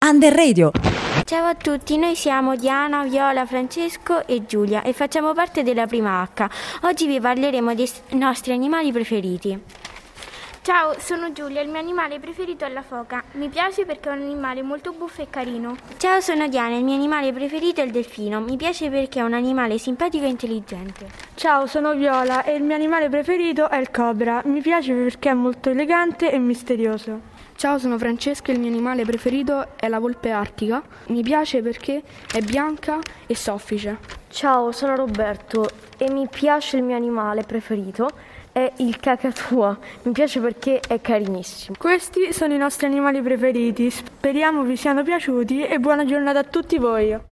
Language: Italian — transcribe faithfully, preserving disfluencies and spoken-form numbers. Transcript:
Under Radio. Ciao a tutti, noi siamo Diana, Viola, Francesco e Giulia e facciamo parte della Prima H. Oggi vi parleremo dei nostri animali preferiti. Ciao, sono Giulia, il mio animale preferito è la foca. Mi piace perché è un animale molto buffo e carino. Ciao, sono Diana, il mio animale preferito è il delfino. Mi piace perché è un animale simpatico e intelligente. Ciao, sono Viola e il mio animale preferito è il cobra. Mi piace perché è molto elegante e misterioso. Ciao, sono Francesco e il mio animale preferito è la volpe artica. Mi piace perché è bianca e soffice. Ciao, sono Roberto e mi piace il mio animale preferito è il cacatua. Mi piace perché è carinissimo. Questi sono i nostri animali preferiti. Speriamo vi siano piaciuti e buona giornata a tutti voi.